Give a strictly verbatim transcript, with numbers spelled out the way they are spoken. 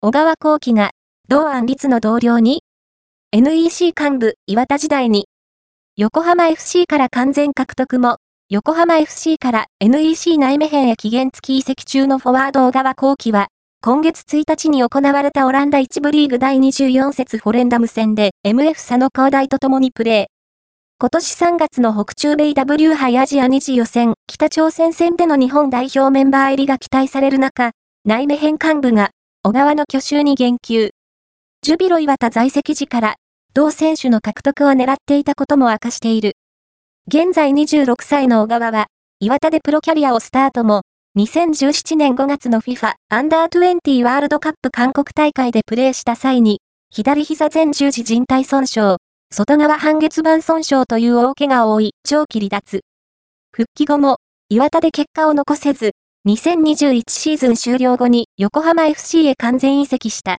小川航基が、同安立の同僚に エヌイーシー 幹部、岩田時代に、横浜 エフシー から完全獲得も、横浜 エフシー から エヌイーシー 内目編へ期限付き移籍中のフォワード小川航基は、今月ついたちに行われたオランダ一部リーグ第にじゅうよん節フォレンダム戦で エムエフ 佐野光大と共にプレー。今年さんがつの北中米 ダブリュー 杯アジア二次予選、北朝鮮戦での日本代表メンバー入りが期待される中、内目編幹部が、小川の去就に言及。ジュビロ磐田在籍時から、同選手の獲得を狙っていたことも明かしている。現在にじゅうろくさいの小川は、磐田でプロキャリアをスタートも、にせんじゅうななねんごがつの フィファ アンダーにじゅうワールドカップ韓国大会でプレーした際に、左膝前十字靭帯損傷、外側半月板損傷という大怪我を負い、長期離脱。復帰後も、磐田で結果を残せず、にせんにじゅういちシーズン終了後に横浜 エフシー へ完全移籍した。